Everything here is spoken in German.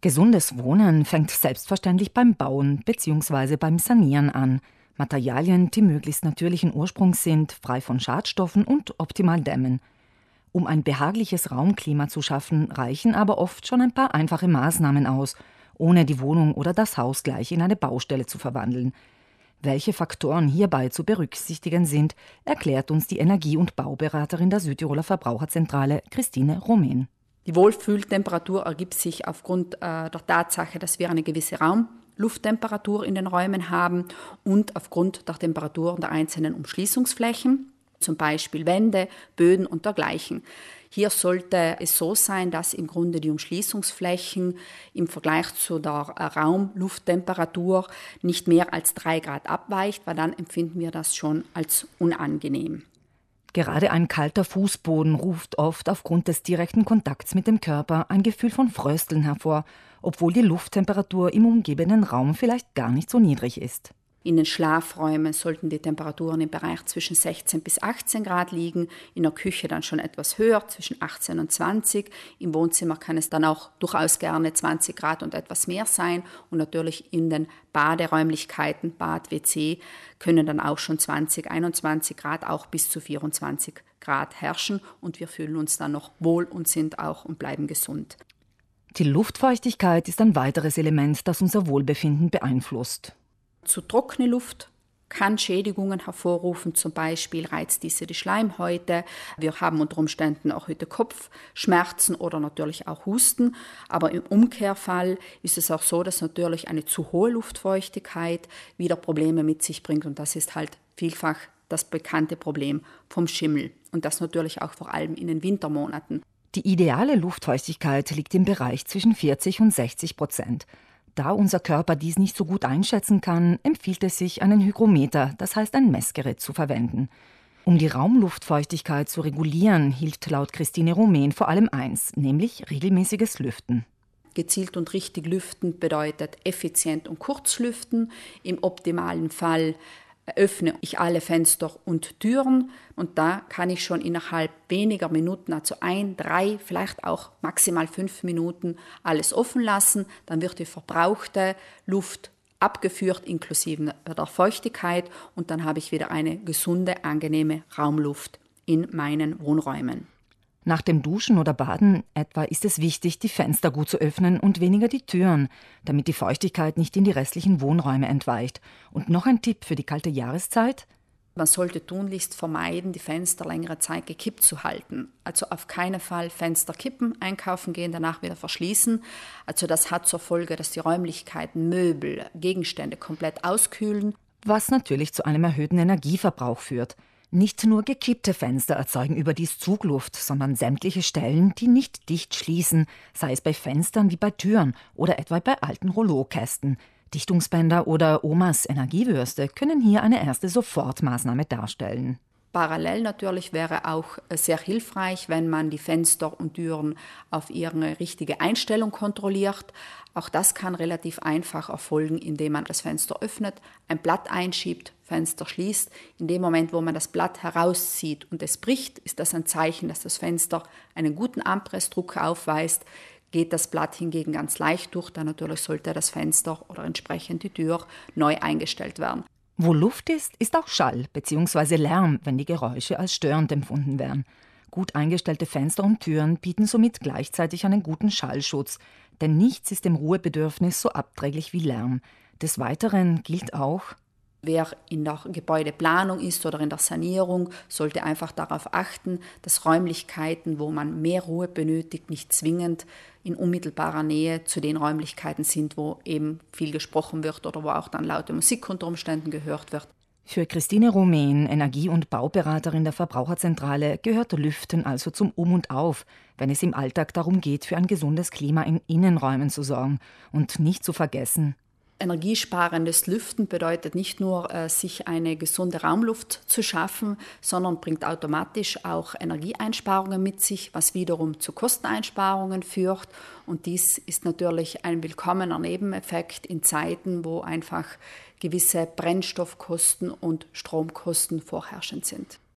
Gesundes Wohnen fängt selbstverständlich beim Bauen bzw. beim Sanieren an. Materialien, die möglichst natürlichen Ursprungs sind, frei von Schadstoffen und optimal dämmen. Um ein behagliches Raumklima zu schaffen, reichen aber oft schon ein paar einfache Maßnahmen aus, ohne die Wohnung oder das Haus gleich in eine Baustelle zu verwandeln. Welche Faktoren hierbei zu berücksichtigen sind, erklärt uns die Energie- und Bauberaterin der Südtiroler Verbraucherzentrale, Christine Romain. Die Wohlfühltemperatur ergibt sich aufgrund der Tatsache, dass wir eine gewisse Raumlufttemperatur in den Räumen haben und aufgrund der Temperatur der einzelnen Umschließungsflächen, zum Beispiel Wände, Böden und dergleichen. Hier sollte es so sein, dass im Grunde die Umschließungsflächen im Vergleich zu der Raumlufttemperatur nicht mehr als 3 Grad abweicht, weil dann empfinden wir das schon als unangenehm. Gerade ein kalter Fußboden ruft oft aufgrund des direkten Kontakts mit dem Körper ein Gefühl von Frösteln hervor, obwohl die Lufttemperatur im umgebenden Raum vielleicht gar nicht so niedrig ist. In den Schlafräumen sollten die Temperaturen im Bereich zwischen 16 bis 18 Grad liegen, in der Küche dann schon etwas höher, zwischen 18 und 20. Im Wohnzimmer kann es dann auch durchaus gerne 20 Grad und etwas mehr sein. Und natürlich in den Baderäumlichkeiten, Bad, WC, können dann auch schon 20, 21 Grad, auch bis zu 24 Grad herrschen. Und wir fühlen uns dann noch wohl und sind auch und bleiben gesund. Die Luftfeuchtigkeit ist ein weiteres Element, das unser Wohlbefinden beeinflusst. Zu trockene Luft kann Schädigungen hervorrufen, zum Beispiel reizt diese die Schleimhäute. Wir haben unter Umständen auch heute Kopfschmerzen oder natürlich auch Husten. Aber im Umkehrfall ist es auch so, dass natürlich eine zu hohe Luftfeuchtigkeit wieder Probleme mit sich bringt. Und das ist halt vielfach das bekannte Problem vom Schimmel. Und das natürlich auch vor allem in den Wintermonaten. Die ideale Luftfeuchtigkeit liegt im Bereich zwischen 40 und 60%. Da unser Körper dies nicht so gut einschätzen kann, empfiehlt es sich, einen Hygrometer, das heißt ein Messgerät, zu verwenden. Um die Raumluftfeuchtigkeit zu regulieren, hilft laut Christine Romain vor allem eins, nämlich regelmäßiges Lüften. Gezielt und richtig lüften bedeutet effizient und kurz lüften. Im optimalen Fall öffne ich alle Fenster und Türen und da kann ich schon innerhalb weniger Minuten, also 1, 3, vielleicht auch maximal 5 Minuten alles offen lassen. Dann wird die verbrauchte Luft abgeführt, inklusive der Feuchtigkeit und dann habe ich wieder eine gesunde, angenehme Raumluft in meinen Wohnräumen. Nach dem Duschen oder Baden etwa ist es wichtig, die Fenster gut zu öffnen und weniger die Türen, damit die Feuchtigkeit nicht in die restlichen Wohnräume entweicht. Und noch ein Tipp für die kalte Jahreszeit: Man sollte tunlichst vermeiden, die Fenster längere Zeit gekippt zu halten. Also auf keinen Fall Fenster kippen, einkaufen gehen, danach wieder verschließen. Also das hat zur Folge, dass die Räumlichkeiten, Möbel, Gegenstände komplett auskühlen. Was natürlich zu einem erhöhten Energieverbrauch führt. Nicht nur gekippte Fenster erzeugen überdies Zugluft, sondern sämtliche Stellen, die nicht dicht schließen, sei es bei Fenstern wie bei Türen oder etwa bei alten Rouleaukästen. Dichtungsbänder oder Omas Energiewürste können hier eine erste Sofortmaßnahme darstellen. Parallel natürlich wäre auch sehr hilfreich, wenn man die Fenster und Türen auf ihre richtige Einstellung kontrolliert. Auch das kann relativ einfach erfolgen, indem man das Fenster öffnet, ein Blatt einschiebt, Fenster schließt. In dem Moment, wo man das Blatt herauszieht und es bricht, ist das ein Zeichen, dass das Fenster einen guten Anpressdruck aufweist. Geht das Blatt hingegen ganz leicht durch, dann natürlich sollte das Fenster oder entsprechend die Tür neu eingestellt werden. Wo Luft ist, ist auch Schall bzw. Lärm, wenn die Geräusche als störend empfunden werden. Gut eingestellte Fenster und Türen bieten somit gleichzeitig einen guten Schallschutz, denn nichts ist dem Ruhebedürfnis so abträglich wie Lärm. Des Weiteren gilt auch: Wer in der Gebäudeplanung ist oder in der Sanierung, sollte einfach darauf achten, dass Räumlichkeiten, wo man mehr Ruhe benötigt, nicht zwingend in unmittelbarer Nähe zu den Räumlichkeiten sind, wo eben viel gesprochen wird oder wo auch dann laute Musik unter Umständen gehört wird. Für Christine Romain, Energie- und Bauberaterin der Verbraucherzentrale, gehört Lüften also zum Um und Auf, wenn es im Alltag darum geht, für ein gesundes Klima in Innenräumen zu sorgen. Und nicht zu vergessen: Energiesparendes Lüften bedeutet nicht nur, sich eine gesunde Raumluft zu schaffen, sondern bringt automatisch auch Energieeinsparungen mit sich, was wiederum zu Kosteneinsparungen führt. Und dies ist natürlich ein willkommener Nebeneffekt in Zeiten, wo einfach gewisse Brennstoffkosten und Stromkosten vorherrschend sind.